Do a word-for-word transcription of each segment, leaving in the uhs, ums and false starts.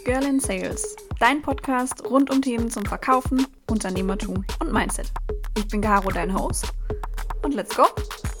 Girl in Sales, dein Podcast rund um Themen zum Verkaufen, Unternehmertum und Mindset. Ich bin Caro, dein Host, und let's go!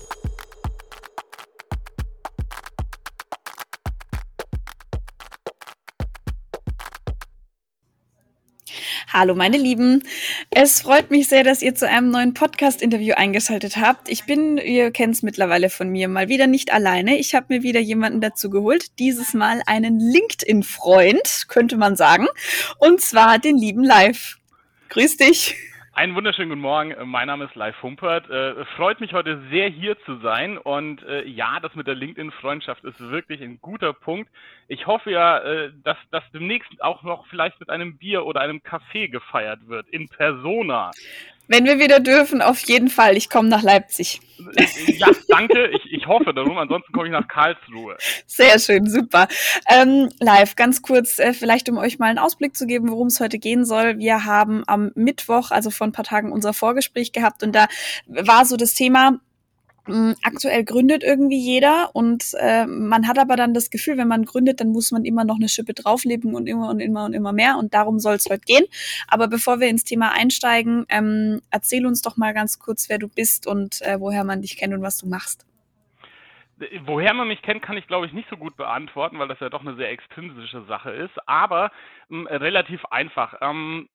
Hallo meine Lieben, es freut mich sehr, dass ihr zu einem neuen Podcast-Interview eingeschaltet habt. Ich bin, ihr kennt es mittlerweile von mir, mal wieder nicht alleine. Ich habe mir wieder jemanden dazu geholt, dieses Mal einen LinkedIn-Freund, könnte man sagen, und zwar den lieben Live. Grüß dich. Einen wunderschönen guten Morgen, mein Name ist Live Humpert. Äh, freut mich heute sehr, hier zu sein, und äh, ja, das mit der LinkedIn-Freundschaft ist wirklich ein guter Punkt. Ich hoffe ja, äh, dass das demnächst auch noch vielleicht mit einem Bier oder einem Kaffee gefeiert wird, in Persona. Wenn wir wieder dürfen, auf jeden Fall. Ich komme nach Leipzig. Ja, danke. Ich, ich hoffe darum. Ansonsten komme ich nach Karlsruhe. Sehr schön, super. Ähm, Live, ganz kurz, äh, vielleicht um euch mal einen Ausblick zu geben, worum es heute gehen soll. Wir haben am Mittwoch, also vor ein paar Tagen, unser Vorgespräch gehabt, und da war so das Thema, aktuell gründet irgendwie jeder, und äh, man hat aber dann das Gefühl, wenn man gründet, dann muss man immer noch eine Schippe drauflegen und immer und immer und immer mehr, und darum soll es heute gehen. Aber bevor wir ins Thema einsteigen, ähm, erzähl uns doch mal ganz kurz, wer du bist und äh, woher man dich kennt und was du machst. Woher man mich kennt, kann ich, glaube ich, nicht so gut beantworten, weil das ja doch eine sehr extrinsische Sache ist, aber ähm, relativ einfach. Ähm,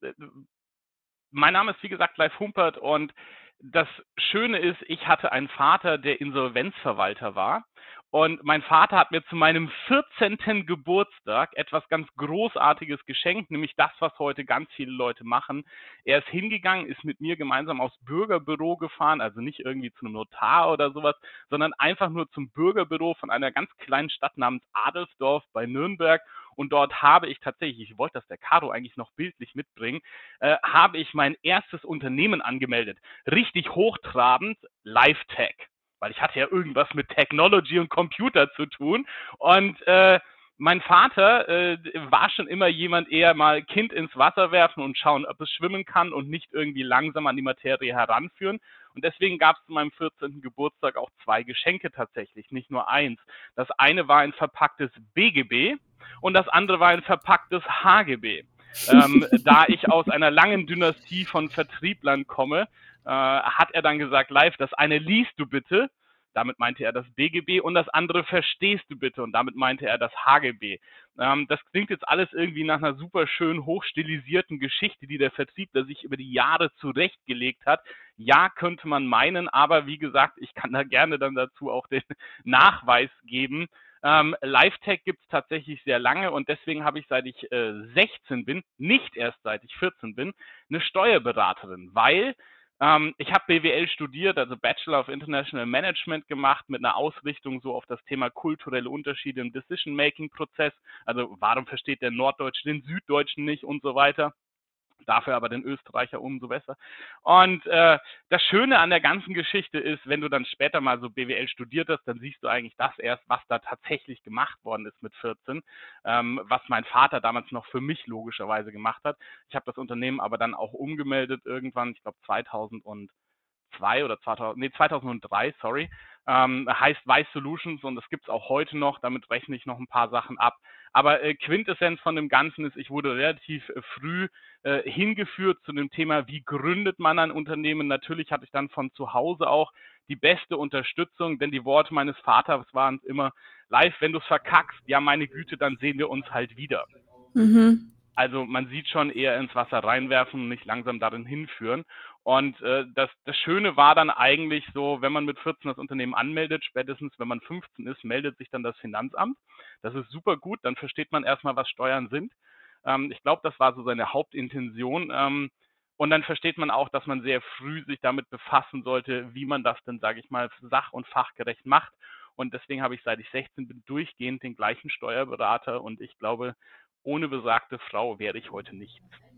mein Name ist, wie gesagt, Live Humpert, und das Schöne ist, ich hatte einen Vater, der Insolvenzverwalter war, und mein Vater hat mir zu meinem vierzehnten Geburtstag etwas ganz Großartiges geschenkt, nämlich das, was heute ganz viele Leute machen. Er ist hingegangen, ist mit mir gemeinsam aufs Bürgerbüro gefahren, also nicht irgendwie zu einem Notar oder sowas, sondern einfach nur zum Bürgerbüro von einer ganz kleinen Stadt namens Adelsdorf bei Nürnberg. Und dort habe ich tatsächlich, ich wollte das der Caro eigentlich noch bildlich mitbringen, äh, habe ich mein erstes Unternehmen angemeldet. Richtig hochtrabend, LiveTech. Weil ich hatte ja irgendwas mit Technology und Computer zu tun. Und äh, mein Vater äh, war schon immer jemand, eher mal Kind ins Wasser werfen und schauen, ob es schwimmen kann, und nicht irgendwie langsam an die Materie heranführen. Und deswegen gab es zu meinem vierzehnten Geburtstag auch zwei Geschenke tatsächlich, nicht nur eins. Das eine war ein verpacktes B G B und das andere war ein verpacktes H G B. ähm, da ich aus einer langen Dynastie von Vertrieblern komme, äh, hat er dann gesagt, Live, das eine liest du bitte. Damit meinte er das B G B, und das andere verstehst du bitte, und damit meinte er das H G B. Ähm, das klingt jetzt alles irgendwie nach einer super schön hochstilisierten Geschichte, die der Vertriebler sich über die Jahre zurechtgelegt hat. Ja, könnte man meinen, aber wie gesagt, ich kann da gerne dann dazu auch den Nachweis geben. Ähm, LiveTech gibt es tatsächlich sehr lange, und deswegen habe ich, seit ich äh, sechzehn bin, nicht erst seit ich vierzehn bin, eine Steuerberaterin, weil ähm, ich habe B W L studiert, also Bachelor of International Management gemacht, mit einer Ausrichtung so auf das Thema kulturelle Unterschiede im Decision-Making-Prozess, also warum versteht der Norddeutsche den Süddeutschen nicht und so weiter. Dafür aber den Österreicher umso besser. Und äh, das Schöne an der ganzen Geschichte ist, wenn du dann später mal so B W L studiert hast, dann siehst du eigentlich das erst, was da tatsächlich gemacht worden ist mit vierzehn, ähm, was mein Vater damals noch für mich logischerweise gemacht hat. Ich habe das Unternehmen aber dann auch umgemeldet irgendwann, ich glaube zweitausendzwei oder zweitausend, nee, zweitausenddrei, sorry, ähm, heißt Weiß Solutions, und das gibt es auch heute noch, damit rechne ich noch ein paar Sachen ab. Aber äh, Quintessenz von dem Ganzen ist, ich wurde relativ äh, früh äh, hingeführt zu dem Thema, wie gründet man ein Unternehmen. Natürlich hatte ich dann von zu Hause auch die beste Unterstützung, denn die Worte meines Vaters waren immer, Live, wenn du es verkackst, ja meine Güte, dann sehen wir uns halt wieder. Mhm. Also man sieht schon, eher ins Wasser reinwerfen und nicht langsam darin hinführen. Und äh, das, das Schöne war dann eigentlich so, wenn man mit vierzehn das Unternehmen anmeldet, spätestens wenn man fünfzehn ist, meldet sich dann das Finanzamt. Das ist super gut, dann versteht man erstmal, was Steuern sind. Ähm, ich glaube, das war so seine Hauptintention. Ähm, und dann versteht man auch, dass man sehr früh sich damit befassen sollte, wie man das denn, sage ich mal, sach- und fachgerecht macht. Und deswegen habe ich, seit ich sechzehn bin, durchgehend den gleichen Steuerberater, und ich glaube, ohne besagte Frau wäre ich heute nichts.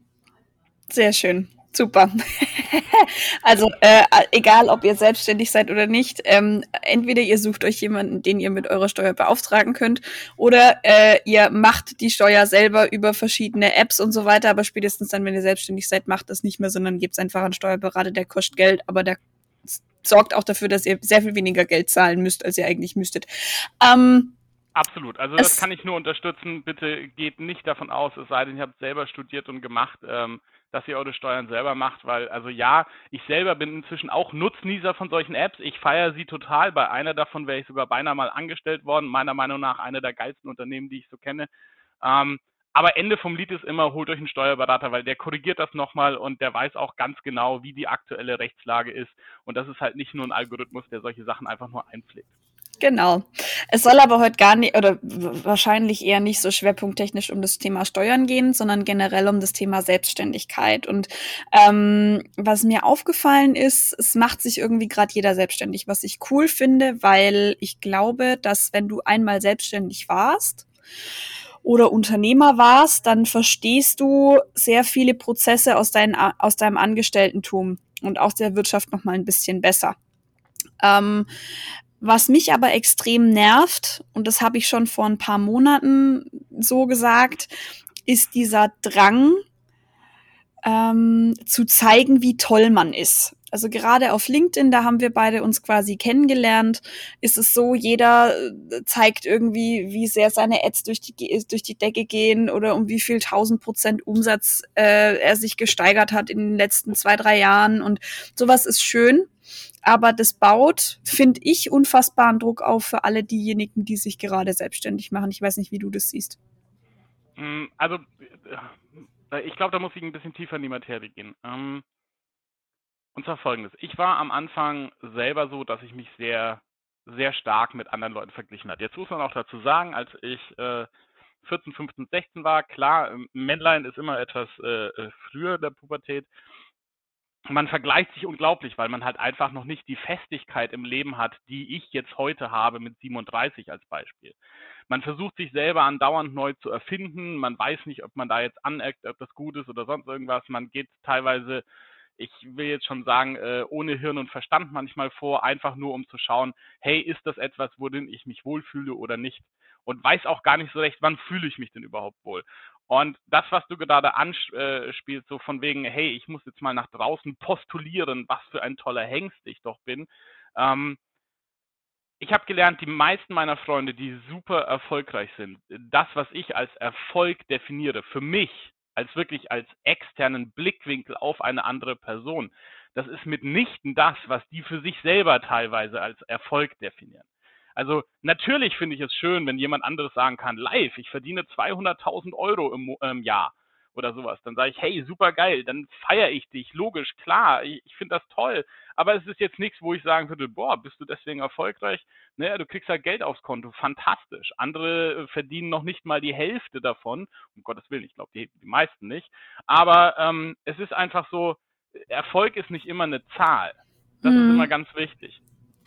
Sehr schön, super. Also äh, egal, ob ihr selbstständig seid oder nicht, ähm, entweder ihr sucht euch jemanden, den ihr mit eurer Steuer beauftragen könnt, oder äh, ihr macht die Steuer selber über verschiedene Apps und so weiter, aber spätestens dann, wenn ihr selbstständig seid, macht das nicht mehr, sondern gebt es einfach an einen Steuerberater, der kostet Geld, aber der sorgt auch dafür, dass ihr sehr viel weniger Geld zahlen müsst, als ihr eigentlich müsstet. Ähm, Absolut. Also das Es kann ich nur unterstützen. Bitte geht nicht davon aus, es sei denn, ihr habt selber studiert und gemacht, ähm, dass ihr eure Steuern selber macht, weil, also ja, ich selber bin inzwischen auch Nutznießer von solchen Apps. Ich feiere sie total. Bei einer davon wäre ich sogar beinahe mal angestellt worden. Meiner Meinung nach einer der geilsten Unternehmen, die ich so kenne. Ähm, aber Ende vom Lied ist immer, holt euch einen Steuerberater, weil der korrigiert das nochmal und der weiß auch ganz genau, wie die aktuelle Rechtslage ist. Und das ist halt nicht nur ein Algorithmus, der solche Sachen einfach nur einpflegt. Genau. Es soll aber heute gar nicht oder wahrscheinlich eher nicht so schwerpunkttechnisch um das Thema Steuern gehen, sondern generell um das Thema Selbstständigkeit. Und ähm, was mir aufgefallen ist, es macht sich irgendwie gerade jeder selbstständig, was ich cool finde, weil ich glaube, dass wenn du einmal selbstständig warst oder Unternehmer warst, dann verstehst du sehr viele Prozesse aus, dein, aus deinem Angestelltentum und auch der Wirtschaft noch mal ein bisschen besser. Ähm, Was mich aber extrem nervt, und das habe ich schon vor ein paar Monaten so gesagt, ist dieser Drang, ähm, zu zeigen, wie toll man ist. Also gerade auf LinkedIn, da haben wir beide uns quasi kennengelernt, ist es so, jeder zeigt irgendwie, wie sehr seine Ads durch die, durch die Decke gehen oder um wie viel tausend Prozent Umsatz äh, er sich gesteigert hat in den letzten zwei, drei Jahren. Und sowas ist schön. Aber das baut, finde ich, unfassbaren Druck auf für alle diejenigen, die sich gerade selbstständig machen. Ich weiß nicht, wie du das siehst. Also, äh, ich glaube, da muss ich ein bisschen tiefer in die Materie gehen. Ähm, und zwar folgendes. Ich war am Anfang selber so, dass ich mich sehr, sehr stark mit anderen Leuten verglichen habe. Jetzt muss man auch dazu sagen, als ich äh, vierzehn, fünfzehn, sechzehn war, klar, Männlein ist immer etwas äh, früher der Pubertät. Man vergleicht sich unglaublich, weil man halt einfach noch nicht die Festigkeit im Leben hat, die ich jetzt heute habe mit siebenunddreißig als Beispiel. Man versucht sich selber andauernd neu zu erfinden. Man weiß nicht, ob man da jetzt aneckt, ob das gut ist oder sonst irgendwas. Man geht teilweise, ich will jetzt schon sagen, äh, ohne Hirn und Verstand manchmal vor, einfach nur um zu schauen, hey, ist das etwas, worin ich mich wohlfühle oder nicht? Und weiß auch gar nicht so recht, wann fühle ich mich denn überhaupt wohl? Und das, was du gerade anspielst, so von wegen, hey, ich muss jetzt mal nach draußen postulieren, was für ein toller Hengst ich doch bin. Ähm, ich habe gelernt, die meisten meiner Freunde, die super erfolgreich sind, das, was ich als Erfolg definiere, für mich, als wirklich als externen Blickwinkel auf eine andere Person, das ist mitnichten das, was die für sich selber teilweise als Erfolg definieren. Also natürlich finde ich es schön, wenn jemand anderes sagen kann, live, ich verdiene zweihunderttausend Euro im, im Jahr oder sowas. Dann sage ich, hey, super geil, dann feiere ich dich, logisch, klar, ich, ich finde das toll. Aber es ist jetzt nichts, wo ich sagen würde, boah, bist du deswegen erfolgreich? Naja, du kriegst halt Geld aufs Konto, fantastisch. Andere verdienen noch nicht mal die Hälfte davon, um Gottes Willen, ich glaube, die, die meisten nicht. Aber ähm, es ist einfach so, Erfolg ist nicht immer eine Zahl. Das ist immer Hm. ganz wichtig.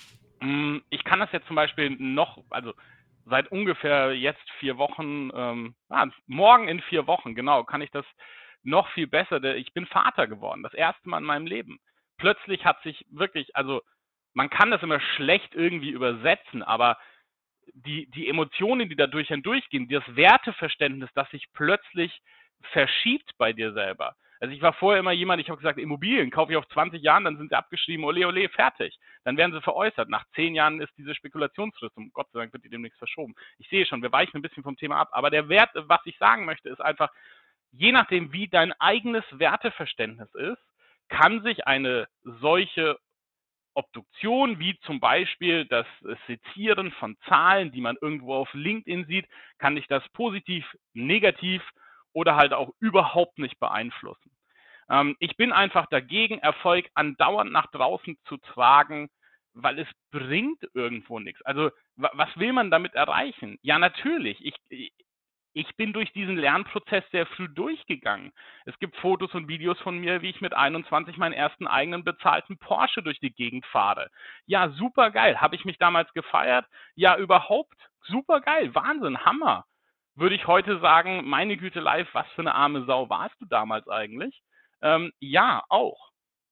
Ich kann das jetzt zum Beispiel noch, also seit ungefähr jetzt vier Wochen, ähm, ah, morgen in vier Wochen, genau, kann ich das noch viel besser. Ich bin Vater geworden, das erste Mal in meinem Leben. Plötzlich hat sich wirklich, also man kann das immer schlecht irgendwie übersetzen, aber die, die Emotionen, die da durch hindurchgehen, das Werteverständnis, das sich plötzlich verschiebt bei dir selber. Also ich war vorher immer jemand, ich habe gesagt, Immobilien kaufe ich auf zwanzig Jahren, dann sind sie abgeschrieben, ole ole, fertig. Dann werden sie veräußert. Nach zehn Jahren ist diese Spekulationsfrist, um Gott sei Dank wird die demnächst verschoben. Ich sehe schon, wir weichen ein bisschen vom Thema ab, aber der Wert, was ich sagen möchte, ist einfach, je nachdem, wie dein eigenes Werteverständnis ist, kann sich eine solche Obduktion, wie zum Beispiel das Sezieren von Zahlen, die man irgendwo auf LinkedIn sieht, kann dich das positiv, negativ oder halt auch überhaupt nicht beeinflussen. Ähm, ich bin einfach dagegen, Erfolg andauernd nach draußen zu tragen, weil es bringt irgendwo nichts. Also was will man damit erreichen? Ja, natürlich. Ich, ich bin durch diesen Lernprozess sehr früh durchgegangen. Es gibt Fotos und Videos von mir, wie ich mit einundzwanzig meinen ersten eigenen bezahlten Porsche durch die Gegend fahre. Ja, super geil. Habe ich mich damals gefeiert? Ja, überhaupt. Super geil. Wahnsinn. Hammer. Würde ich heute sagen, meine Güte live, was für eine arme Sau warst du damals eigentlich? Ähm, ja, auch.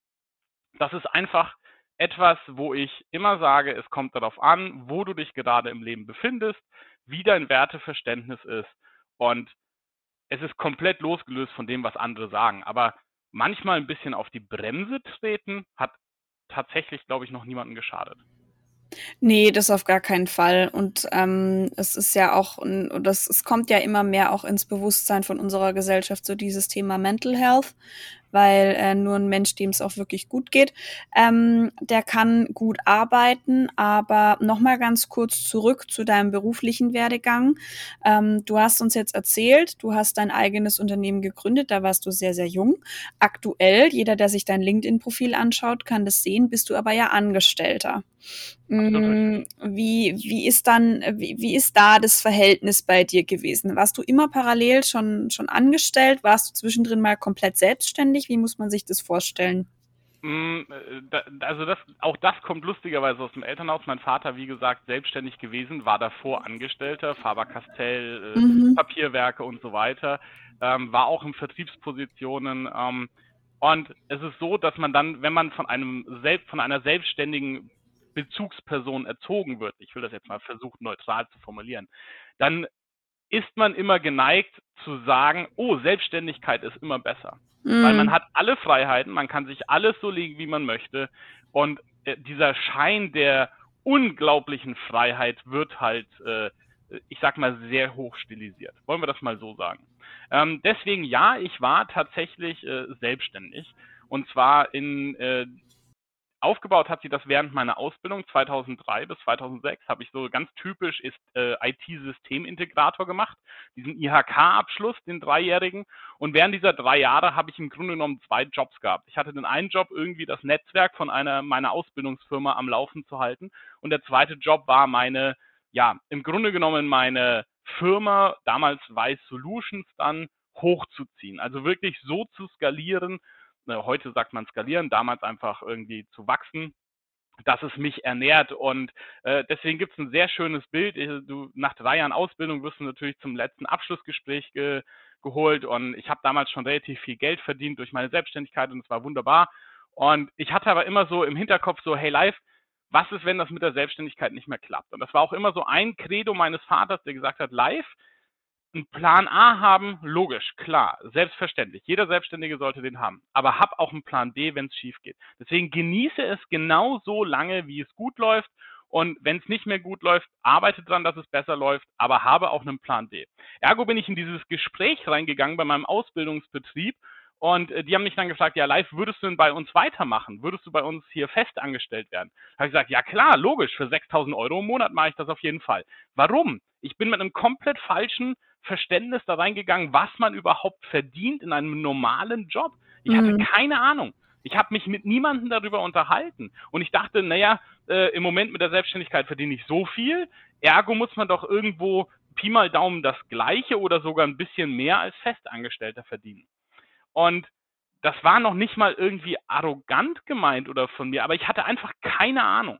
Das ist einfach etwas, wo ich immer sage, es kommt darauf an, wo du dich gerade im Leben befindest, wie dein Werteverständnis ist. Und es ist komplett losgelöst von dem, was andere sagen. Aber manchmal ein bisschen auf die Bremse treten, hat tatsächlich, glaube ich, noch niemandem geschadet. Nee, das auf gar keinen Fall. Und ähm, es ist ja auch, ein- und das, es kommt ja immer mehr auch ins Bewusstsein von unserer Gesellschaft, so dieses Thema Mental Health, weil äh, nur ein Mensch, dem es auch wirklich gut geht, ähm, der kann gut arbeiten. Aber nochmal ganz kurz zurück zu deinem beruflichen Werdegang. Ähm, du hast uns jetzt erzählt, du hast dein eigenes Unternehmen gegründet, da warst du sehr, sehr jung. Aktuell, jeder, der sich dein LinkedIn-Profil anschaut, kann das sehen, bist du aber ja Angestellter. Absolut richtig. Mm, Wie, wie ist dann, wie, wie ist da das Verhältnis bei dir gewesen? Warst du immer parallel schon, schon angestellt? Warst du zwischendrin mal komplett selbstständig? Wie muss man sich das vorstellen? Mm, äh, da, also das, auch das kommt lustigerweise aus dem Elternhaus. Mein Vater, wie gesagt, selbstständig gewesen, war davor Angestellter, Faber-Castell, äh, Mhm. Papierwerke und so weiter, ähm, war auch in Vertriebspositionen. Ähm, und es ist so, dass man dann, wenn man von einem selbst, von einer selbstständigen Bezugsperson erzogen wird, ich will das jetzt mal versuchen neutral zu formulieren, dann ist man immer geneigt zu sagen, oh, Selbstständigkeit ist immer besser. Weil man Mhm. hat alle Freiheiten, man kann sich alles so legen, wie man möchte. Und äh, dieser Schein der unglaublichen Freiheit wird halt, äh, ich sag mal, sehr hoch stilisiert. Wollen wir das mal so sagen? Ähm, deswegen ja, ich war tatsächlich äh, selbstständig. Und zwar in äh, Aufgebaut hat sie das während meiner Ausbildung zweitausenddrei bis zweitausendsechs, habe ich so ganz typisch ist äh, I T-Systemintegrator gemacht, diesen I H K-Abschluss, den dreijährigen. Und während dieser drei Jahre habe ich im Grunde genommen zwei Jobs gehabt. Ich hatte den einen Job, irgendwie das Netzwerk von einer meiner Ausbildungsfirma am Laufen zu halten. Und der zweite Job war meine, ja, im Grunde genommen meine Firma, damals Weiß Solutions, dann hochzuziehen. Also wirklich so zu skalieren, äh, heute sagt man skalieren, damals einfach irgendwie zu wachsen, dass es mich ernährt. Und äh, deswegen gibt es ein sehr schönes Bild. Du, nach drei Jahren Ausbildung wirst du natürlich zum letzten Abschlussgespräch ge, geholt. Und ich habe damals schon relativ viel Geld verdient durch meine Selbstständigkeit und es war wunderbar. Und ich hatte aber immer so im Hinterkopf so, hey live, was ist, wenn das mit der Selbstständigkeit nicht mehr klappt? Und das war auch immer so ein Credo meines Vaters, der gesagt hat, live, einen Plan A haben, logisch, klar, selbstverständlich. Jeder Selbstständige sollte den haben. Aber hab auch einen Plan B, wenn es schief geht. Deswegen genieße es genau so lange, wie es gut läuft. Und wenn es nicht mehr gut läuft, arbeite dran, dass es besser läuft, aber habe auch einen Plan B. Ergo bin ich in dieses Gespräch reingegangen bei meinem Ausbildungsbetrieb und äh, die haben mich dann gefragt, ja, live, würdest du denn bei uns weitermachen? Würdest du bei uns hier fest angestellt werden? Habe ich gesagt, ja klar, logisch, für sechstausend Euro im Monat mache ich das auf jeden Fall. Warum? Ich bin mit einem komplett falschen Verständnis da reingegangen, was man überhaupt verdient in einem normalen Job. Ich hatte Mhm. keine Ahnung. Ich habe mich mit niemandem darüber unterhalten. Und ich dachte, naja, äh, im Moment mit der Selbstständigkeit verdiene ich so viel, ergo muss man doch irgendwo Pi mal Daumen das Gleiche oder sogar ein bisschen mehr als Festangestellter verdienen. Und das war noch nicht mal irgendwie arrogant gemeint oder von mir, aber ich hatte einfach keine Ahnung.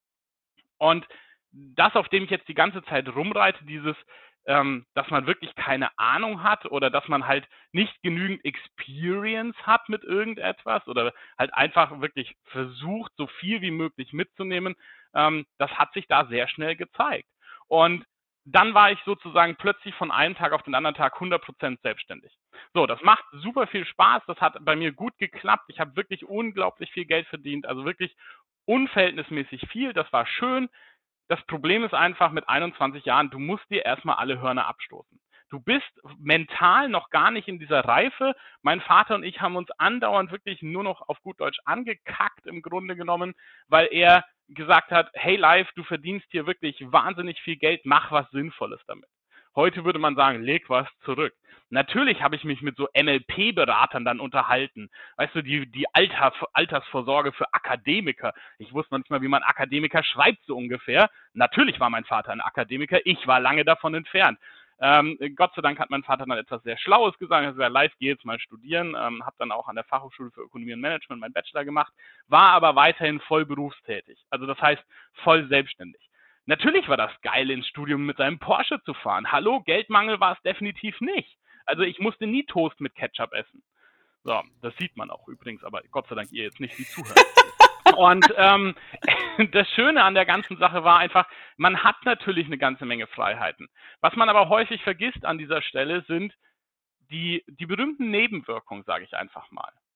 Und das, auf dem ich jetzt die ganze Zeit rumreite, dieses, ähm, dass man wirklich keine Ahnung hat oder dass man halt nicht genügend Experience hat mit irgendetwas oder halt einfach wirklich versucht, so viel wie möglich mitzunehmen, ähm, das hat sich da sehr schnell gezeigt. Und dann war ich sozusagen plötzlich von einem Tag auf den anderen Tag hundert Prozent selbstständig. So, das macht super viel Spaß, das hat bei mir gut geklappt, ich habe wirklich unglaublich viel Geld verdient, also wirklich unverhältnismäßig viel, das war schön. Das Problem ist einfach mit einundzwanzig Jahren, du musst dir erstmal alle Hörner abstoßen. Du bist mental noch gar nicht in dieser Reife. Mein Vater und ich haben uns andauernd wirklich nur noch auf gut Deutsch angekackt im Grunde genommen, weil er gesagt hat, hey live, du verdienst hier wirklich wahnsinnig viel Geld, mach was Sinnvolles damit. Heute würde man sagen, leg was zurück. Natürlich habe ich mich mit so N L P-Beratern dann unterhalten. Weißt du, die, die Alter, Altersvorsorge für Akademiker. Ich wusste noch nicht mal, wie man Akademiker schreibt, so ungefähr. Natürlich war mein Vater ein Akademiker, ich war lange davon entfernt. Ähm, Gott sei Dank hat mein Vater dann etwas sehr Schlaues gesagt. Er hat gesagt, live, geh jetzt mal studieren. Ähm, habe dann auch an der Fachhochschule für Ökonomie und Management meinen Bachelor gemacht, war aber weiterhin voll berufstätig. Also das heißt, voll selbstständig. Natürlich war das geil, ins Studium mit seinem Porsche zu fahren. Hallo, Geldmangel war es definitiv nicht. Also ich musste nie Toast mit Ketchup essen. So, das sieht man auch übrigens, aber Gott sei Dank ihr jetzt nicht, die zuhören. Und ähm, das Schöne an der ganzen Sache war einfach, man hat natürlich eine ganze Menge Freiheiten. Was man aber häufig vergisst an dieser Stelle sind die, die berühmten Nebenwirkungen, sage ich einfach mal.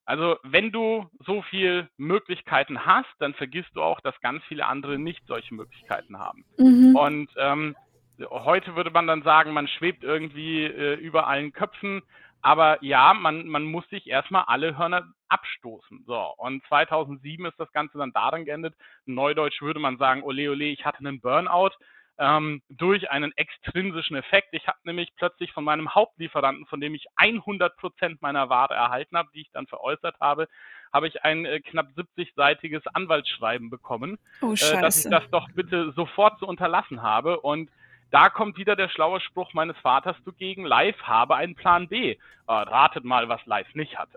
Also wenn du so viel Möglichkeiten hast, dann vergisst du auch, dass ganz viele andere nicht solche Möglichkeiten haben. Mhm. Und ähm, heute würde man dann sagen, man schwebt irgendwie äh, über allen Köpfen. Aber ja, man, man muss sich erstmal alle Hörner abstoßen. So, und zweitausendsieben ist das Ganze dann daran geendet. Neudeutsch würde man sagen, ole ole, ich hatte einen Burnout ähm, durch einen extrinsischen Effekt. Ich habe nämlich plötzlich von meinem Hauptlieferanten, von dem ich hundert Prozent meiner Ware erhalten habe, die ich dann veräußert habe, habe ich ein äh, knapp siebzig-seitiges Anwaltsschreiben bekommen, Oh, äh, dass ich scheiße. das doch bitte sofort zu unterlassen habe. Und da kommt wieder der schlaue Spruch meines Vaters zugegen, Live habe einen Plan B. Äh, ratet mal, was Live nicht hatte.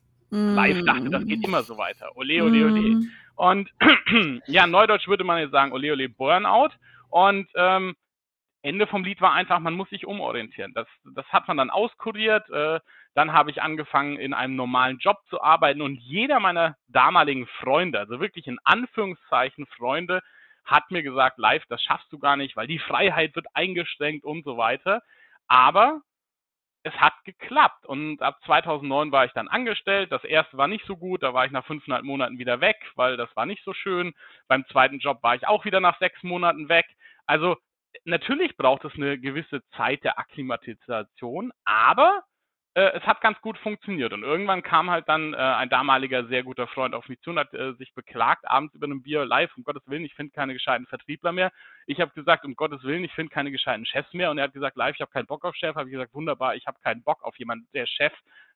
Live dachte, das geht Mm. immer so weiter. Ole, ole, ole. Mm. Und ja, neudeutsch würde man jetzt sagen, ole, ole, Burnout. Und ähm, Ende vom Lied war einfach, man muss sich umorientieren. Das, das hat man dann auskuriert. Äh, dann habe ich angefangen, in einem normalen Job zu arbeiten. Und jeder meiner damaligen Freunde, also wirklich in Anführungszeichen Freunde, hat mir gesagt, Live, das schaffst du gar nicht, weil die Freiheit wird eingeschränkt und so weiter. Aber es hat geklappt. Und ab zweitausendneun war ich dann angestellt. Das erste war nicht so gut. Da war ich nach fünfeinhalb Monaten wieder weg, weil das war nicht so schön. Beim zweiten Job war ich auch wieder nach sechs Monaten weg. Also natürlich braucht es eine gewisse Zeit der Akklimatisation, aber äh, es hat ganz gut funktioniert. Und irgendwann kam halt dann äh, ein damaliger sehr guter Freund auf mich zu und hat äh, sich beklagt, abends über einem Bier, Live, um Gottes Willen, ich finde keine gescheiten Vertriebler mehr. Ich habe gesagt, um Gottes Willen, ich finde keine gescheiten Chefs mehr. Und er hat gesagt, Live, ich habe keinen Bock auf Chef. Habe ich gesagt, wunderbar, ich habe keinen Bock auf jemanden, der Chef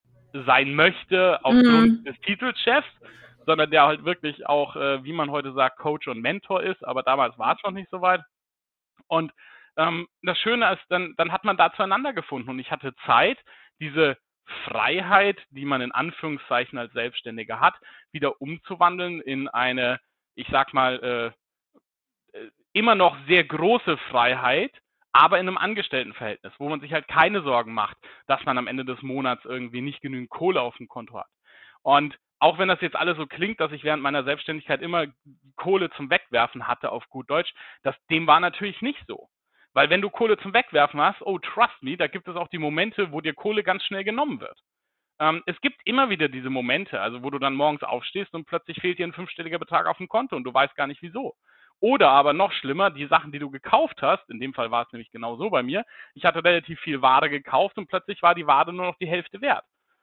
sein möchte aufgrund Mm. des Titels Chefs, sondern der halt wirklich auch, äh, wie man heute sagt, Coach und Mentor ist. Aber damals war es noch nicht so weit. Und ähm, das Schöne ist, dann, dann hat man da zueinander gefunden. Und ich hatte Zeit, diese Freiheit, die man in Anführungszeichen als Selbstständiger hat, wieder umzuwandeln in eine, ich sag mal, äh, äh, immer noch sehr große Freiheit, aber in einem Angestelltenverhältnis, wo man sich halt keine Sorgen macht, dass man am Ende des Monats irgendwie nicht genügend Kohle auf dem Konto hat. Und auch wenn das jetzt alles so klingt, dass ich während meiner Selbstständigkeit immer Kohle zum Wegwerfen hatte, auf gut Deutsch, das, dem war natürlich nicht so. Weil wenn du Kohle zum Wegwerfen hast, oh, trust me, da gibt es auch die Momente, wo dir Kohle ganz schnell genommen wird. Ähm, es gibt immer wieder diese Momente, also wo du dann morgens aufstehst und plötzlich fehlt dir ein fünfstelliger Betrag auf dem Konto und du weißt gar nicht wieso. Oder aber noch schlimmer, die Sachen, die du gekauft hast, in dem Fall war es nämlich genau so bei mir, ich hatte relativ viel Ware gekauft und plötzlich war die Ware nur noch die Hälfte wert.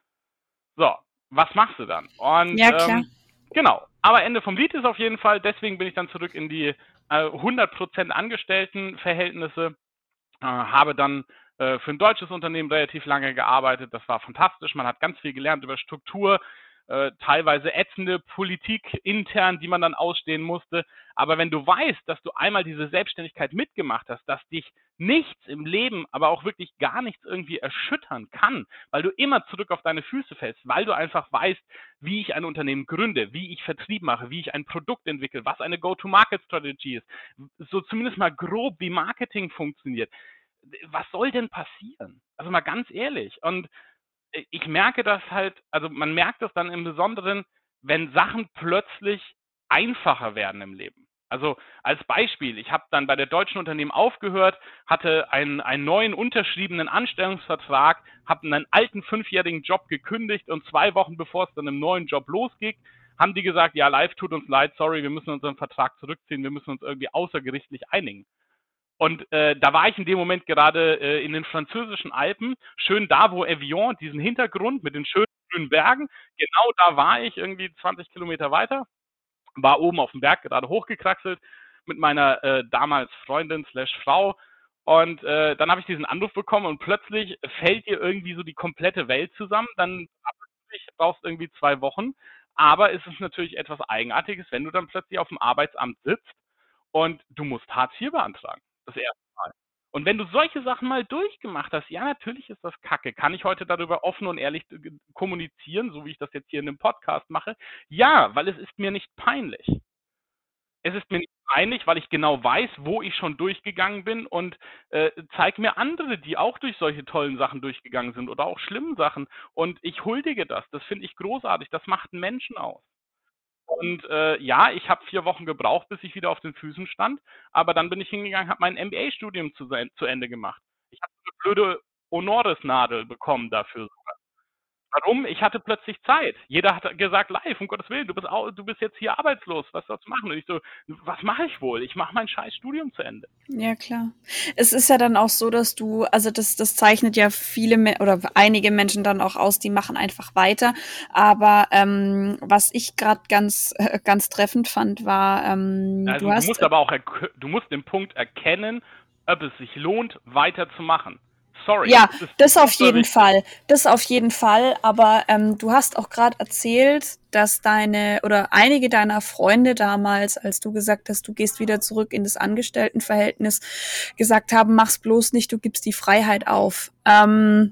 So, was machst du dann? Und Ja, klar. ähm, genau, aber Ende vom Lied ist auf jeden Fall, deswegen bin ich dann zurück in die äh, hundert Prozent Angestelltenverhältnisse, äh, habe dann äh, für ein deutsches Unternehmen relativ lange gearbeitet. Das war fantastisch. Man hat ganz viel gelernt über Struktur, äh, teilweise ätzende Politik intern, die man dann ausstehen musste. Aber wenn du weißt, dass du einmal diese Selbstständigkeit mitgemacht hast, dass dich nichts im Leben, aber auch wirklich gar nichts irgendwie erschüttern kann, weil du immer zurück auf deine Füße fällst, weil du einfach weißt, wie ich ein Unternehmen gründe, wie ich Vertrieb mache, wie ich ein Produkt entwickle, was eine Go-to-Market-Strategie ist, so zumindest mal grob, wie Marketing funktioniert. Was soll denn passieren? Also mal ganz ehrlich. Und ich merke das halt, also man merkt das dann im Besonderen, wenn Sachen plötzlich einfacher werden im Leben. Also als Beispiel, ich habe dann bei der deutschen Unternehmen aufgehört, hatte einen, einen neuen unterschriebenen Anstellungsvertrag, habe einen alten fünfjährigen Job gekündigt und zwei Wochen bevor es dann im neuen Job losging, haben die gesagt, ja, Live tut uns leid, sorry, wir müssen unseren Vertrag zurückziehen, wir müssen uns irgendwie außergerichtlich einigen. Und äh, da war ich in dem Moment gerade äh, in den französischen Alpen, schön da, wo Evian, diesen Hintergrund mit den schönen grünen Bergen, genau da war ich, irgendwie zwanzig Kilometer weiter, war oben auf dem Berg gerade hochgekraxelt mit meiner äh, damals Freundin slash Frau. Und äh, dann habe ich diesen Anruf bekommen und plötzlich fällt dir irgendwie so die komplette Welt zusammen. Dann brauchst du irgendwie zwei Wochen. Aber es ist natürlich etwas Eigenartiges, wenn du dann plötzlich auf dem Arbeitsamt sitzt und du musst Hartz vier beantragen. Das erste Mal. Und wenn du solche Sachen mal durchgemacht hast, ja, natürlich ist das Kacke. Kann ich heute darüber offen und ehrlich kommunizieren, so wie ich das jetzt hier in dem Podcast mache? Ja, weil es ist mir nicht peinlich. Es ist mir nicht peinlich, weil ich genau weiß, wo ich schon durchgegangen bin und äh, zeige mir andere, die auch durch solche tollen Sachen durchgegangen sind oder auch schlimmen Sachen. Und ich huldige das. Das finde ich großartig. Das macht einen Menschen aus. Und äh, ja, ich habe vier Wochen gebraucht, bis ich wieder auf den Füßen stand. Aber dann bin ich hingegangen, habe mein M B A-Studium zu, zu Ende gemacht. Ich habe eine blöde Honoris-Nadel bekommen dafür. Warum? Ich hatte plötzlich Zeit. Jeder hat gesagt, live, um Gottes Willen, du bist, au- du bist jetzt hier arbeitslos, was sollst du machen? Und ich so, was mache ich wohl? Ich mache mein scheiß Studium zu Ende. Ja, klar. Es ist ja dann auch so, dass du, also das, das zeichnet ja viele Me oder einige Menschen dann auch aus, die machen einfach weiter. Aber ähm, was ich gerade ganz, äh, ganz treffend fand, war, ähm, Also du du hast, musst aber auch, erk- du musst den Punkt erkennen, ob es sich lohnt, weiterzumachen. Sorry, ja, das ist das auf super jeden wichtig. Fall. Das auf jeden Fall. Aber ähm, du hast auch gerade erzählt, dass deine oder einige deiner Freunde damals, als du gesagt hast, du gehst wieder zurück in das Angestelltenverhältnis, gesagt haben, mach's bloß nicht, du gibst die Freiheit auf. Ähm,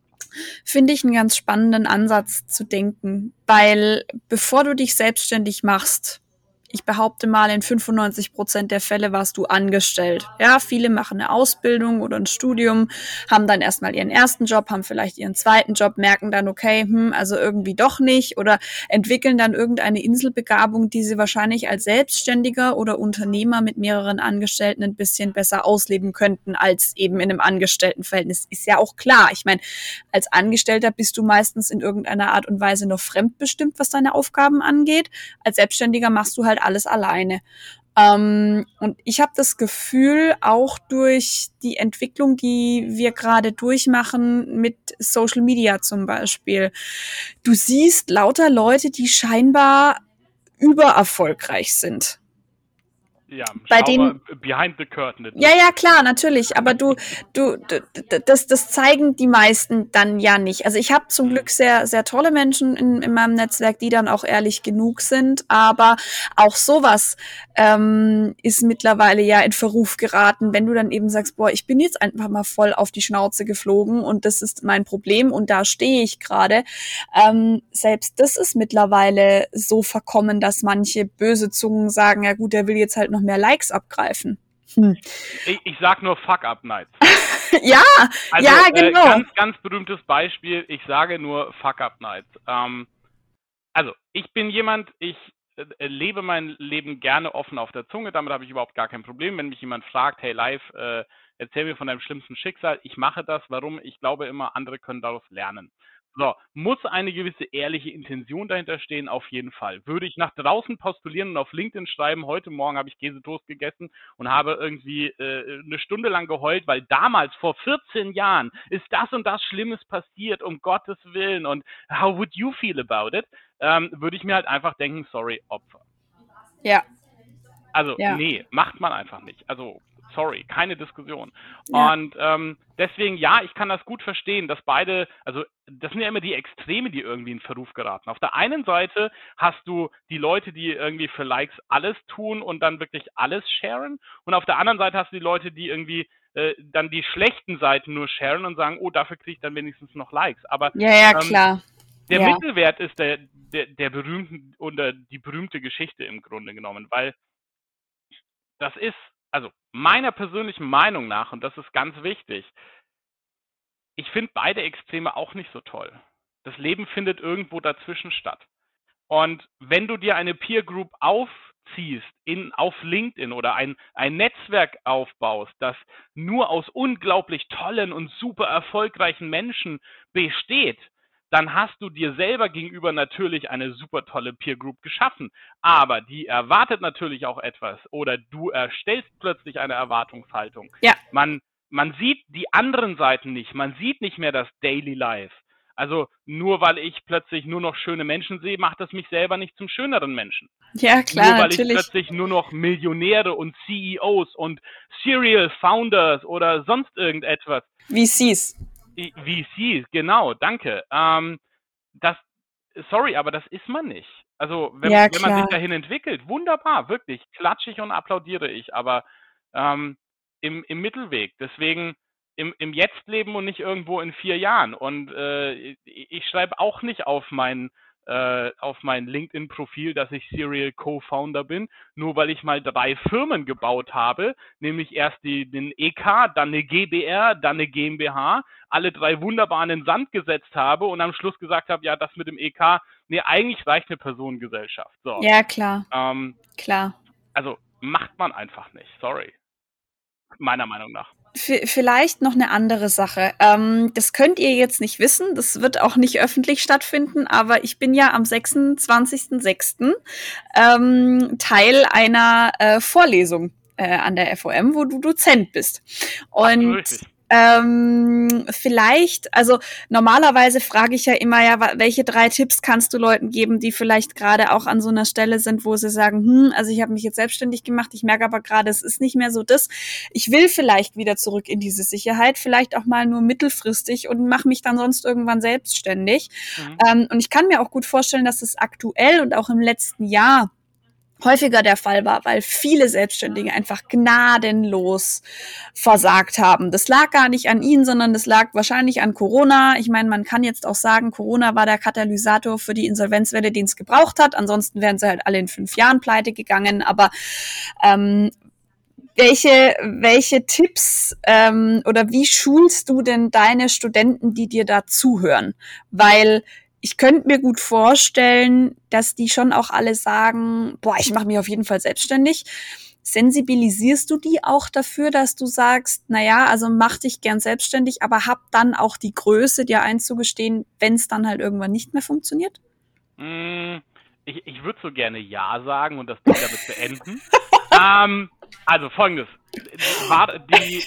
Finde ich einen ganz spannenden Ansatz zu denken, weil bevor du dich selbstständig machst, ich behaupte mal, in fünfundneunzig Prozent der Fälle warst du angestellt. Ja, viele machen eine Ausbildung oder ein Studium, haben dann erstmal ihren ersten Job, haben vielleicht ihren zweiten Job, merken dann, okay, hm, also irgendwie doch nicht oder entwickeln dann irgendeine Inselbegabung, die sie wahrscheinlich als Selbstständiger oder Unternehmer mit mehreren Angestellten ein bisschen besser ausleben könnten als eben in einem Angestelltenverhältnis. Ist ja auch klar. Ich meine, als Angestellter bist du meistens in irgendeiner Art und Weise noch fremdbestimmt, was deine Aufgaben angeht. Als Selbstständiger machst du halt alles alleine. Ähm, und ich habe das Gefühl, auch durch die Entwicklung, die wir gerade durchmachen mit Social Media zum Beispiel, du siehst lauter Leute, die scheinbar übererfolgreich sind. Ja, Bei schau denen mal, behind the curtain. ja, ja, klar, natürlich. Aber du, du, du das, das zeigen die meisten dann ja nicht. Also ich habe zum Glück sehr, sehr tolle Menschen in, in meinem Netzwerk, die dann auch ehrlich genug sind. Aber auch sowas ähm, ist mittlerweile ja in Verruf geraten, wenn du dann eben sagst, boah, ich bin jetzt einfach mal voll auf die Schnauze geflogen und das ist mein Problem und da stehe ich gerade. Ähm, selbst das ist mittlerweile so verkommen, dass manche böse Zungen sagen, ja gut, der will jetzt halt noch mehr Likes abgreifen. Hm. Ich, ich sag nur Fuck Up Nights. Ja, Also ja, äh, genau. ganz, ganz berühmtes Beispiel. Ich sage nur Fuck Up Nights. Ähm, also ich bin jemand, ich äh, lebe mein Leben gerne offen auf der Zunge. Damit habe ich überhaupt gar kein Problem. Wenn mich jemand fragt, hey live, äh, erzähl mir von deinem schlimmsten Schicksal. Ich mache das. Warum? Ich glaube immer, andere können daraus lernen. So, muss eine gewisse ehrliche Intention dahinter stehen, auf jeden Fall. Würde ich nach draußen postulieren und auf LinkedIn schreiben, heute Morgen habe ich Käsetoast gegessen und habe irgendwie äh, eine Stunde lang geheult, weil damals, vor vierzehn Jahren, ist das und das Schlimmes passiert, um Gottes Willen und how would you feel about it? Ähm, würde ich mir halt einfach denken, sorry, Opfer. Ja. Also, Ja. nee, macht man einfach nicht. Also, sorry, keine Diskussion. Ja. Und ähm, deswegen, ja, ich kann das gut verstehen, dass beide, also das sind ja immer die Extreme, die irgendwie in Verruf geraten. Auf der einen Seite hast du die Leute, die irgendwie für Likes alles tun und dann wirklich alles sharen. Und auf der anderen Seite hast du die Leute, die irgendwie äh, dann die schlechten Seiten nur sharen und sagen, oh, dafür kriege ich dann wenigstens noch Likes. Aber Ja, ja, ähm, klar. der Ja. Mittelwert ist der, der, der berühmten oder die berühmte Geschichte im Grunde genommen, weil das ist, also meiner persönlichen Meinung nach, und das ist ganz wichtig, ich finde beide Extreme auch nicht so toll. Das Leben findet irgendwo dazwischen statt. Und wenn du dir eine Peer Group aufziehst in, auf LinkedIn oder ein, ein Netzwerk aufbaust, das nur aus unglaublich tollen und super erfolgreichen Menschen besteht, dann hast du dir selber gegenüber natürlich eine super tolle Peer Group geschaffen. Aber die erwartet natürlich auch etwas oder du erstellst plötzlich eine Erwartungshaltung. Ja. Man, man sieht die anderen Seiten nicht. Man sieht nicht mehr das Daily Life. Also nur weil ich plötzlich nur noch schöne Menschen sehe, macht das mich selber nicht zum schöneren Menschen. Ja, klar, Nur weil natürlich. ich plötzlich nur noch Millionäre und C E Os und Serial Founders oder sonst irgendetwas. V Cs. V Cs, genau, danke. Ähm, das, sorry, aber das ist man nicht. Also wenn, Ja, wenn man sich klar. dahin entwickelt, wunderbar, wirklich, klatsche ich und applaudiere ich, aber ähm, im, im Mittelweg. Deswegen im, im Jetzt leben und nicht irgendwo in vier Jahren. Und äh, ich, ich schreibe auch nicht auf mein, äh, auf mein LinkedIn-Profil, dass ich Serial Co-Founder bin, nur weil ich mal drei Firmen gebaut habe, nämlich erst die, den E K, dann eine G b R, dann eine G m b H, alle drei wunderbar in den Sand gesetzt habe und am Schluss gesagt habe, ja, das mit dem E K, nee, eigentlich reicht eine Personengesellschaft. So. Ja, klar. Ähm, Klar. also macht man einfach nicht, sorry. Meiner Meinung nach. v- vielleicht noch eine andere Sache. Ähm, das könnt ihr jetzt nicht wissen, das wird auch nicht öffentlich stattfinden, aber ich bin ja am sechsundzwanzigsten sechsten Ähm, Teil einer äh, Vorlesung äh, an der F O M, wo du Dozent bist. Absolut Und richtig. ähm, vielleicht, also normalerweise frage ich ja immer, ja, wa- welche drei Tipps kannst du Leuten geben, die vielleicht gerade auch an so einer Stelle sind, wo sie sagen, hm, also ich habe mich jetzt selbstständig gemacht, ich merke aber gerade, es ist nicht mehr so das. Ich will vielleicht wieder zurück in diese Sicherheit, vielleicht auch mal nur mittelfristig und mache mich dann sonst irgendwann selbstständig. Mhm. Ähm, und ich kann mir auch gut vorstellen, dass es aktuell und auch im letzten Jahr häufiger der Fall war, weil viele Selbstständige einfach gnadenlos versagt haben. Das lag gar nicht an ihnen, sondern das lag wahrscheinlich an Corona. Ich meine, man kann jetzt auch sagen, Corona war der Katalysator für die Insolvenzwelle, den es gebraucht hat. Ansonsten wären sie halt alle in fünf Jahren pleite gegangen. Aber ähm, welche, welche Tipps ähm, oder wie schulst du denn deine Studenten, die dir da zuhören? Weil ich könnte mir gut vorstellen, dass die schon auch alle sagen, boah, ich mache mich auf jeden Fall selbstständig. Sensibilisierst du die auch dafür, dass du sagst, na ja, also mach dich gern selbstständig, aber hab dann auch die Größe, dir einzugestehen, wenn es dann halt irgendwann nicht mehr funktioniert? Mm, Ich, ich würde so gerne Ja sagen und das Ding damit beenden. Ähm, also folgendes. War die.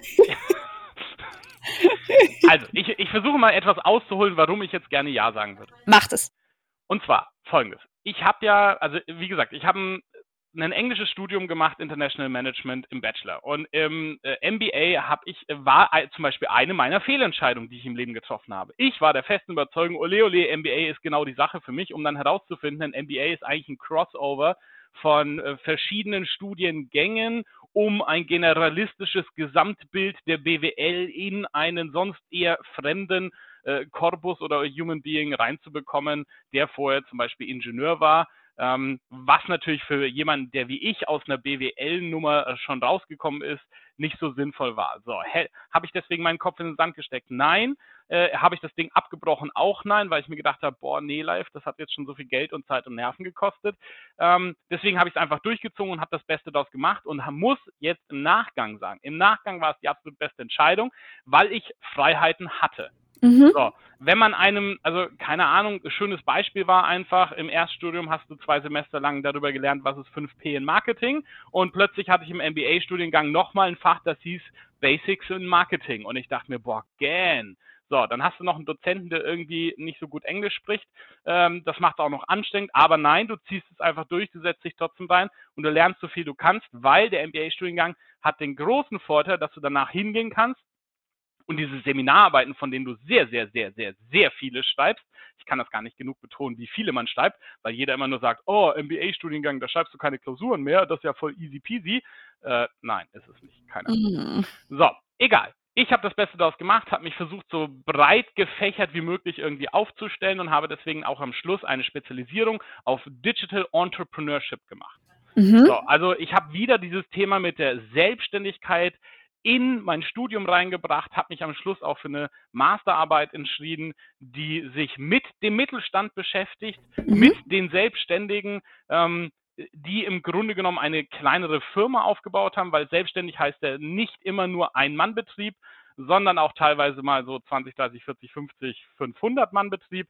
Also, ich, ich versuche mal etwas auszuholen, warum ich jetzt gerne Ja sagen würde. Macht es. Und zwar folgendes. Ich habe ja, also wie gesagt, ich habe ein, ein englisches Studium gemacht, International Management im Bachelor. Und im äh, M B A habe ich, war ein, zum Beispiel eine meiner Fehlentscheidungen, die ich im Leben getroffen habe. Ich war der festen Überzeugung, ole ole, M B A ist genau die Sache für mich, um dann herauszufinden, ein M B A ist eigentlich ein Crossover von äh, verschiedenen Studiengängen, um ein generalistisches Gesamtbild der B W L in einen sonst eher fremden äh, Korpus oder Human Being reinzubekommen, der vorher zum Beispiel Ingenieur war. Ähm, was natürlich für jemanden, der wie ich aus einer B W L-Nummer äh, schon rausgekommen ist, nicht so sinnvoll war. So, habe ich deswegen meinen Kopf in den Sand gesteckt? Nein. Äh, habe ich das Ding abgebrochen? Auch nein, weil ich mir gedacht habe, boah, nee, live, das hat jetzt schon so viel Geld und Zeit und Nerven gekostet. Ähm, deswegen habe ich es einfach durchgezogen und habe das Beste daraus gemacht und muss jetzt im Nachgang sagen, im Nachgang war es die absolut beste Entscheidung, weil ich Freiheiten hatte. Mhm. So, wenn man einem, also keine Ahnung, ein schönes Beispiel war einfach, im Erststudium hast du zwei Semester lang darüber gelernt, was ist fünf P in Marketing und plötzlich hatte ich im M B A-Studiengang nochmal ein Fach, das hieß Basics in Marketing und ich dachte mir, boah, gähn. So, dann hast du noch einen Dozenten, der irgendwie nicht so gut Englisch spricht, ähm, das macht auch noch anstrengend, aber nein, du ziehst es einfach durch, du setzt dich trotzdem rein und du lernst so viel du kannst, weil der M B A-Studiengang hat den großen Vorteil, dass du danach hingehen kannst und diese Seminararbeiten, von denen du sehr, sehr, sehr, sehr, sehr viele schreibst, ich kann das gar nicht genug betonen, wie viele man schreibt, weil jeder immer nur sagt, oh, M B A-Studiengang, da schreibst du keine Klausuren mehr, das ist ja voll easy peasy. Äh, nein, ist es nicht, keine Ahnung. Mhm. So, egal. Ich habe das Beste daraus gemacht, habe mich versucht, so breit gefächert wie möglich irgendwie aufzustellen und habe deswegen auch am Schluss eine Spezialisierung auf Digital Entrepreneurship gemacht. Mhm. So, also ich habe wieder dieses Thema mit der Selbstständigkeit in mein Studium reingebracht, habe mich am Schluss auch für eine Masterarbeit entschieden, die sich mit dem Mittelstand beschäftigt, Mhm. mit den Selbstständigen, ähm, die im Grunde genommen eine kleinere Firma aufgebaut haben, weil selbstständig heißt ja nicht immer nur Ein-Mann-Betrieb, sondern auch teilweise mal so zwanzig, dreißig, vierzig, fünfzig, fünfhundert Mann-Betrieb.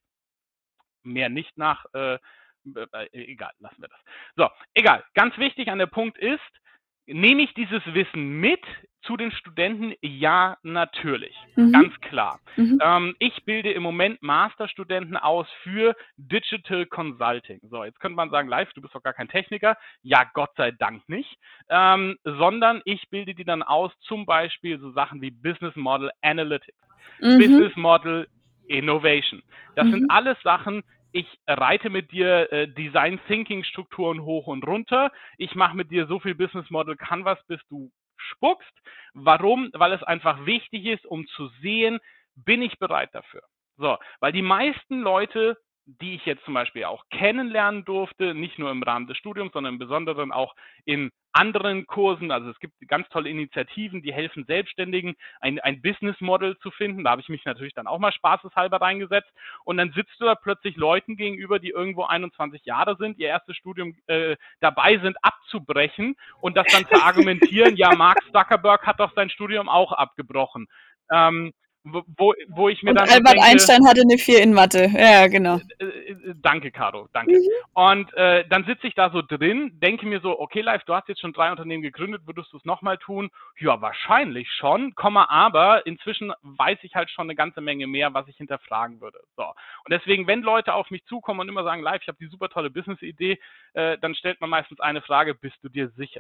Mehr nicht nach, äh, äh, egal, lassen wir das. So, egal. Ganz wichtig an der Punkt ist, nehme ich dieses Wissen mit zu den Studenten? Ja, natürlich. Mhm. Ganz klar. Mhm. Ähm, ich bilde im Moment Masterstudenten aus für Digital Consulting. So, jetzt könnte man sagen, live, du bist doch gar kein Techniker. Ja, Gott sei Dank nicht. Ähm, sondern ich bilde die dann aus, zum Beispiel so Sachen wie Business Model Analytics, Mhm. Business Model Innovation. Das sind Mhm. alles Sachen, ich reite mit dir äh, Design Thinking Strukturen hoch und runter. Ich mache mit dir so viel Business Model Canvas, bis du spuckst. Warum? Weil es einfach wichtig ist, um zu sehen, bin ich bereit dafür. So, weil die meisten Leute die ich jetzt zum Beispiel auch kennenlernen durfte, nicht nur im Rahmen des Studiums, sondern im Besonderen auch in anderen Kursen. Also es gibt ganz tolle Initiativen, die helfen Selbstständigen, ein, ein Business Model zu finden. Da habe ich mich natürlich dann auch mal spaßeshalber reingesetzt. Und dann sitzt du da plötzlich Leuten gegenüber, die irgendwo einundzwanzig Jahre sind, ihr erstes Studium äh, dabei sind abzubrechen und das dann verargumentieren, ja, Mark Zuckerberg hat doch sein Studium auch abgebrochen. Ähm, wo, wo ich mir Und dann so Albert denke, Einstein hatte eine vier in Mathe. Ja, genau. äh, äh, danke, Caro, danke. Mhm. Und äh, dann sitze ich da so drin, denke mir so, okay, Live, du hast jetzt schon drei Unternehmen gegründet, würdest du es nochmal tun? Ja, wahrscheinlich schon, Komma, aber inzwischen weiß ich halt schon eine ganze Menge mehr, was ich hinterfragen würde. So. Und deswegen, wenn Leute auf mich zukommen und immer sagen, Live, ich habe die super tolle Business-Idee, äh, dann stellt man meistens eine Frage, bist du dir sicher?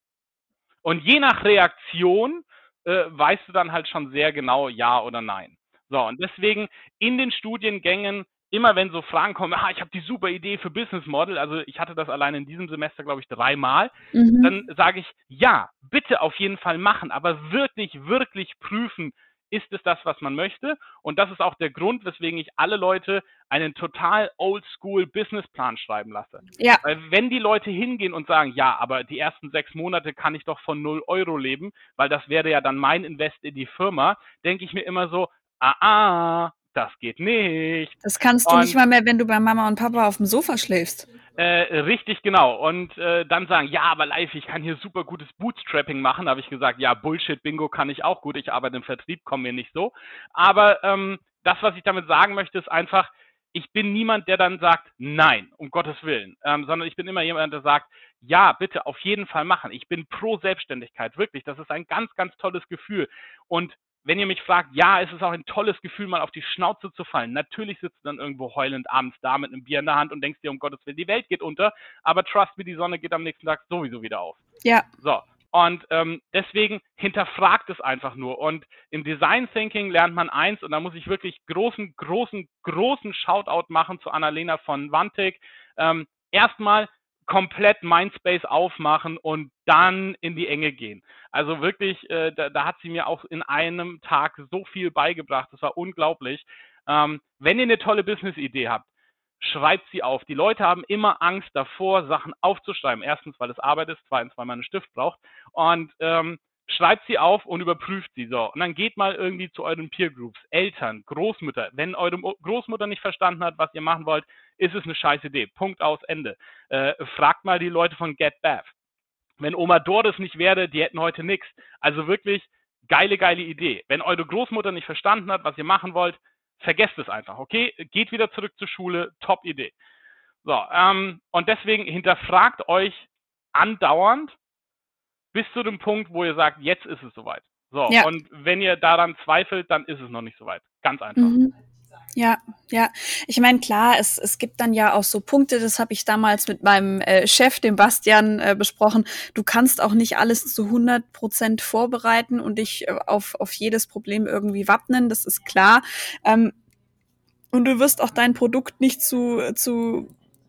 Und je nach Reaktion äh, weißt du dann halt schon sehr genau ja oder nein. So, und deswegen in den Studiengängen, immer wenn so Fragen kommen, ah, ich habe die super Idee für Business Model, also ich hatte das allein in diesem Semester, glaube ich, dreimal, dann Mhm. sage ich, ja, bitte auf jeden Fall machen, aber wirklich, wirklich prüfen, ist es das, was man möchte? Und das ist auch der Grund, weswegen ich alle Leute einen total oldschool Businessplan schreiben lasse. Ja, Weil wenn die Leute hingehen und sagen, ja, aber die ersten sechs Monate kann ich doch von null Euro leben, weil das wäre ja dann mein Invest in die Firma, denke ich mir immer so, ah, ah, das geht nicht. das kannst du nicht Und mal mehr, wenn du bei Mama und Papa auf dem Sofa schläfst. äh, richtig, genau. Und äh, dann sagen, ja, aber live, ich kann hier super gutes Bootstrapping machen. Da habe ich gesagt, ja, Bullshit, Bingo kann ich auch gut. Ich arbeite im Vertrieb, kommen mir nicht so. Aber ähm, das, was ich damit sagen möchte, ist einfach, ich bin niemand, der dann sagt, nein, um Gottes Willen, ähm, sondern ich bin immer jemand, der sagt, ja, bitte, auf jeden Fall machen. Ich bin pro Selbstständigkeit, wirklich. Das ist ein ganz, ganz tolles Gefühl. Und wenn ihr mich fragt, ja, es ist auch ein tolles Gefühl, mal auf die Schnauze zu fallen. Natürlich sitzt du dann irgendwo heulend abends da mit einem Bier in der Hand und denkst dir, um Gottes Willen, die Welt geht unter, aber trust me, die Sonne geht am nächsten Tag sowieso wieder auf. Ja. So, und ähm, deswegen hinterfragt es einfach nur. Und im Design Thinking lernt man eins, und da muss ich wirklich großen, großen, großen Shoutout machen zu Annalena von Wantig. Ähm, erstmal komplett Mindspace aufmachen und dann in die Enge gehen. Also wirklich, äh, da, da hat sie mir auch in einem Tag so viel beigebracht. Das war unglaublich. Ähm, wenn ihr eine tolle Business-Idee habt, schreibt sie auf. Die Leute haben immer Angst davor, Sachen aufzuschreiben. Erstens, weil es Arbeit ist, zweitens, weil man einen Stift braucht. Und ähm, schreibt sie auf und überprüft sie. So. Und dann geht mal irgendwie zu euren Peer Groups, Eltern, Großmütter. Wenn eure Großmutter nicht verstanden hat, was ihr machen wollt, ist es eine scheiß Idee. Punkt aus Ende. Äh, fragt mal die Leute von Get Bath. Wenn Oma Doris nicht wäre, die hätten heute nichts. Also wirklich geile, geile Idee. Wenn eure Großmutter nicht verstanden hat, was ihr machen wollt, vergesst es einfach, okay? Geht wieder zurück zur Schule, top Idee. So, ähm, und deswegen hinterfragt euch andauernd bis zu dem Punkt, wo ihr sagt, jetzt ist es soweit. So, Ja. und wenn ihr daran zweifelt, dann ist es noch nicht soweit. Ganz einfach. Mhm. Ja, ja. Ich meine, klar, es, es gibt dann ja auch so Punkte, das habe ich damals mit meinem äh, Chef, dem Bastian, äh, besprochen. Du kannst auch nicht alles zu hundert Prozent vorbereiten und dich äh, auf, auf jedes Problem irgendwie wappnen, das ist klar. Ähm, und du wirst auch dein Produkt nicht zu, zu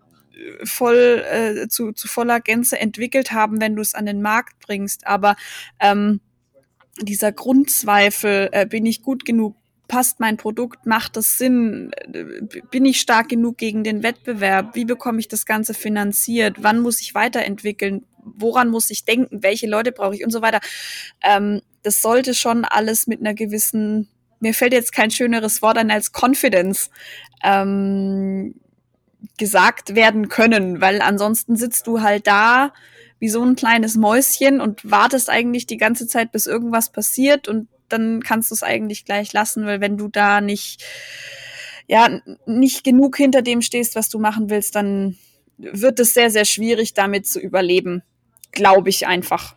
voll, äh, zu, zu voller Gänze entwickelt haben, wenn du es an den Markt bringst. Aber ähm, dieser Grundzweifel, äh, bin ich gut genug, passt mein Produkt, macht es Sinn, bin ich stark genug gegen den Wettbewerb, wie bekomme ich das Ganze finanziert, wann muss ich weiterentwickeln, woran muss ich denken, welche Leute brauche ich und so weiter. Ähm, das sollte schon alles mit einer gewissen, mir fällt jetzt kein schöneres Wort ein als Confidence, ähm, gesagt werden können, weil ansonsten sitzt du halt da wie so ein kleines Mäuschen und wartest eigentlich die ganze Zeit, bis irgendwas passiert und dann kannst du es eigentlich gleich lassen, weil wenn du da nicht, ja, nicht genug hinter dem stehst, was du machen willst, dann wird es sehr, sehr schwierig, damit zu überleben. Glaube ich einfach.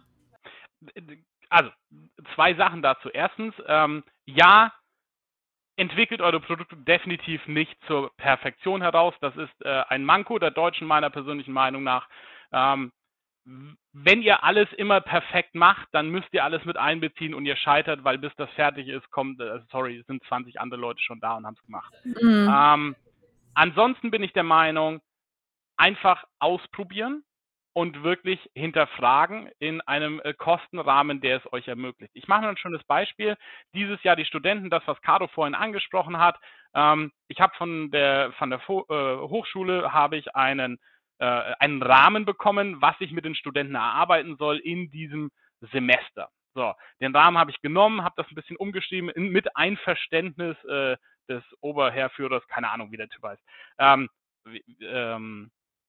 Also, zwei Sachen dazu. Erstens, ähm, ja, entwickelt eure Produkte definitiv nicht zur Perfektion heraus. Das ist äh, ein Manko der Deutschen meiner persönlichen Meinung nach. Ähm, wenn ihr alles immer perfekt macht, dann müsst ihr alles mit einbeziehen und ihr scheitert, weil bis das fertig ist, kommt, äh, sorry, sind zwanzig andere Leute schon da und haben es gemacht. Mhm. Ähm, ansonsten bin ich der Meinung, einfach ausprobieren. und wirklich hinterfragen in einem äh, Kostenrahmen, der es euch ermöglicht. Ich mache mal ein schönes Beispiel. Dieses Jahr die Studenten, das, was Caro vorhin angesprochen hat. Ähm, ich habe von der, von der Fo- äh, Hochschule habe ich einen, äh, einen Rahmen bekommen, was ich mit den Studenten erarbeiten soll in diesem Semester. So, den Rahmen habe ich genommen, habe das ein bisschen umgeschrieben in, mit Einverständnis äh, des Oberherrführers, keine Ahnung, wie der Typ heißt. Ähm, wie, ähm,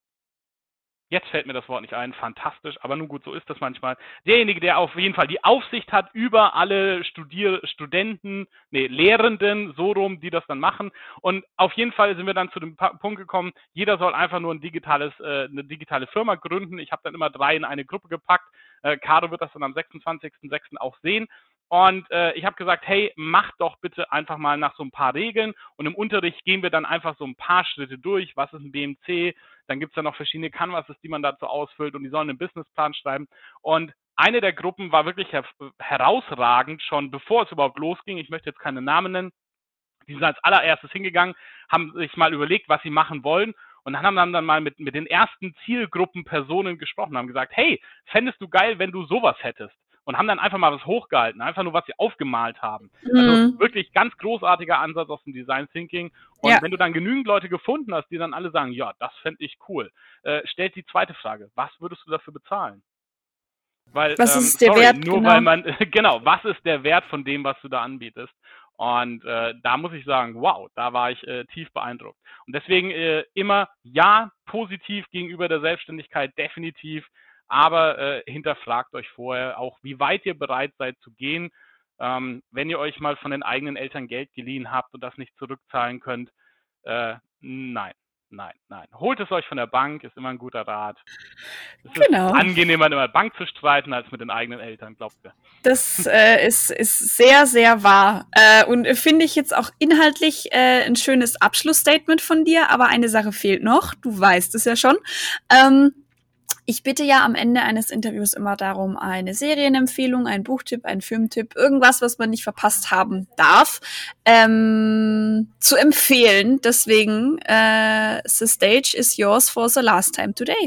Jetzt fällt mir das Wort nicht ein, fantastisch, aber nun gut, so ist das manchmal. Derjenige, der auf jeden Fall die Aufsicht hat über alle Studier Studenten, nee, Lehrenden, so rum, die das dann machen. Und auf jeden Fall sind wir dann zu dem pa Punkt gekommen, jeder soll einfach nur ein digitales, äh, eine digitale Firma gründen. Ich habe dann immer drei in eine Gruppe gepackt. Äh, Caro wird das dann am sechsundzwanzigsten sechsten auch sehen. Und äh, ich habe gesagt, hey, macht doch bitte einfach mal nach so ein paar Regeln. Und im Unterricht gehen wir dann einfach so ein paar Schritte durch. Was ist ein B M C? Dann gibt es ja noch verschiedene Canvases, die man dazu ausfüllt und die sollen einen Businessplan schreiben. Und eine der Gruppen war wirklich her herausragend, schon bevor es überhaupt losging. Ich möchte jetzt keine Namen nennen. Die sind als allererstes hingegangen, haben sich mal überlegt, was sie machen wollen. Und dann haben wir dann mal mit, mit den ersten Zielgruppenpersonen gesprochen, haben gesagt, hey, fändest du geil, wenn du sowas hättest? Und haben dann einfach mal was hochgehalten, einfach nur, was sie aufgemalt haben. Mhm. Also wirklich ganz großartiger Ansatz aus dem Design Thinking. Und ja. wenn du dann genügend Leute gefunden hast, die dann alle sagen, ja, das fände ich cool, äh, stellt die zweite Frage, was würdest du dafür bezahlen? Weil, was ähm, ist der sorry, Wert? Nur genau. weil man, genau, was ist der Wert von dem, was du da anbietest? Und äh, da muss ich sagen, wow, da war ich äh, tief beeindruckt. Und deswegen äh, immer ja, positiv gegenüber der Selbstständigkeit, definitiv, aber äh, hinterfragt euch vorher auch, wie weit ihr bereit seid zu gehen. Ähm, wenn ihr euch mal von den eigenen Eltern Geld geliehen habt und das nicht zurückzahlen könnt, äh, nein, nein, nein. Holt es euch von der Bank, ist immer ein guter Rat. Es genau. ist angenehmer, in der Bank zu streiten, als mit den eigenen Eltern, glaubt mir. Das äh, ist, ist sehr, sehr wahr. Äh, und finde ich jetzt auch inhaltlich äh, ein schönes Abschlussstatement von dir, aber eine Sache fehlt noch. Du weißt es ja schon. Ähm, Ich bitte ja am Ende eines Interviews immer darum, eine Serienempfehlung, einen Buchtipp, einen Filmtipp, irgendwas, was man nicht verpasst haben darf, ähm, zu empfehlen. Deswegen, äh, the stage is yours for the last time today.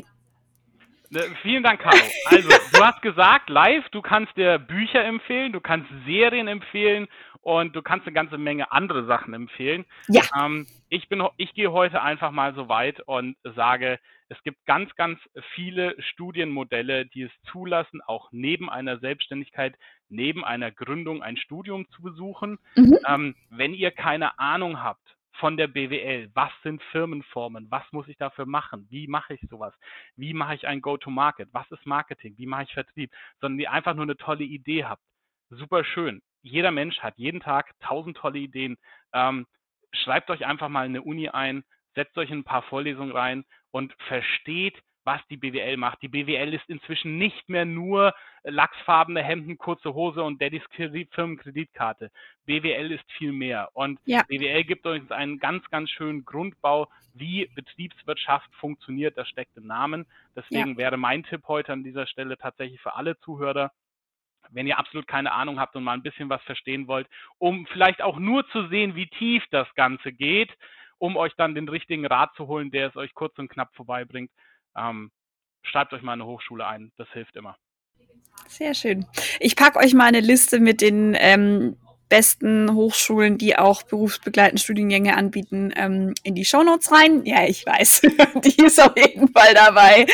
Vielen Dank, Caro. Also, du hast gesagt, live, du kannst dir Bücher empfehlen, du kannst Serien empfehlen und du kannst eine ganze Menge andere Sachen empfehlen. Ja. Ähm, ich bin, ich gehe heute einfach mal so weit und sage, es gibt ganz, ganz viele Studienmodelle, die es zulassen, auch neben einer Selbstständigkeit, neben einer Gründung ein Studium zu besuchen. Mhm. Ähm, wenn ihr keine Ahnung habt von der B W L, was sind Firmenformen, was muss ich dafür machen, wie mache ich sowas, wie mache ich ein Go-to-Market, was ist Marketing, wie mache ich Vertrieb, sondern ihr einfach nur eine tolle Idee habt. Super schön. Jeder Mensch hat jeden Tag tausend tolle Ideen. Ähm, schreibt euch einfach mal eine Uni ein, setzt euch in ein paar Vorlesungen rein und versteht, was die B W L macht. Die B W L ist inzwischen nicht mehr nur lachsfarbene Hemden, kurze Hose und Daddys Firmenkreditkarte. B W L ist viel mehr. Und ja. B W L gibt uns einen ganz, ganz schönen Grundbau, wie Betriebswirtschaft funktioniert. Das steckt im Namen. Deswegen ja. wäre mein Tipp heute an dieser Stelle tatsächlich für alle Zuhörer, wenn ihr absolut keine Ahnung habt und mal ein bisschen was verstehen wollt, um vielleicht auch nur zu sehen, wie tief das Ganze geht, um euch dann den richtigen Rat zu holen, der es euch kurz und knapp vorbeibringt. Ähm, schreibt euch mal eine Hochschule ein, das hilft immer. Sehr schön. Ich packe euch mal eine Liste mit den ähm, besten Hochschulen, die auch berufsbegleitende Studiengänge anbieten, ähm, in die Shownotes rein. Ja, ich weiß, die ist auf jeden Fall dabei.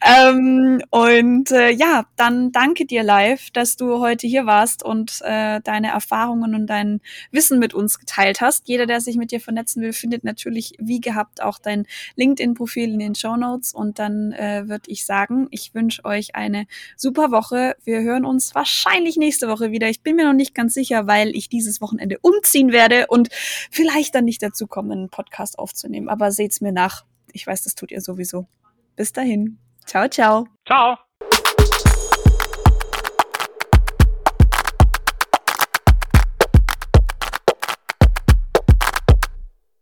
Ähm, und äh, ja, dann danke dir live, dass du heute hier warst und äh, deine Erfahrungen und dein Wissen mit uns geteilt hast. Jeder, der sich mit dir vernetzen will, findet natürlich wie gehabt auch dein LinkedIn-Profil in den Shownotes. Und dann äh, würde ich sagen, ich wünsche euch eine super Woche. Wir hören uns wahrscheinlich nächste Woche wieder. Ich bin mir noch nicht ganz sicher, weil ich dieses Wochenende umziehen werde und vielleicht dann nicht dazu komme, einen Podcast aufzunehmen. Aber seht's mir nach. Ich weiß, das tut ihr sowieso. Bis dahin. Ciao, ciao. Ciao.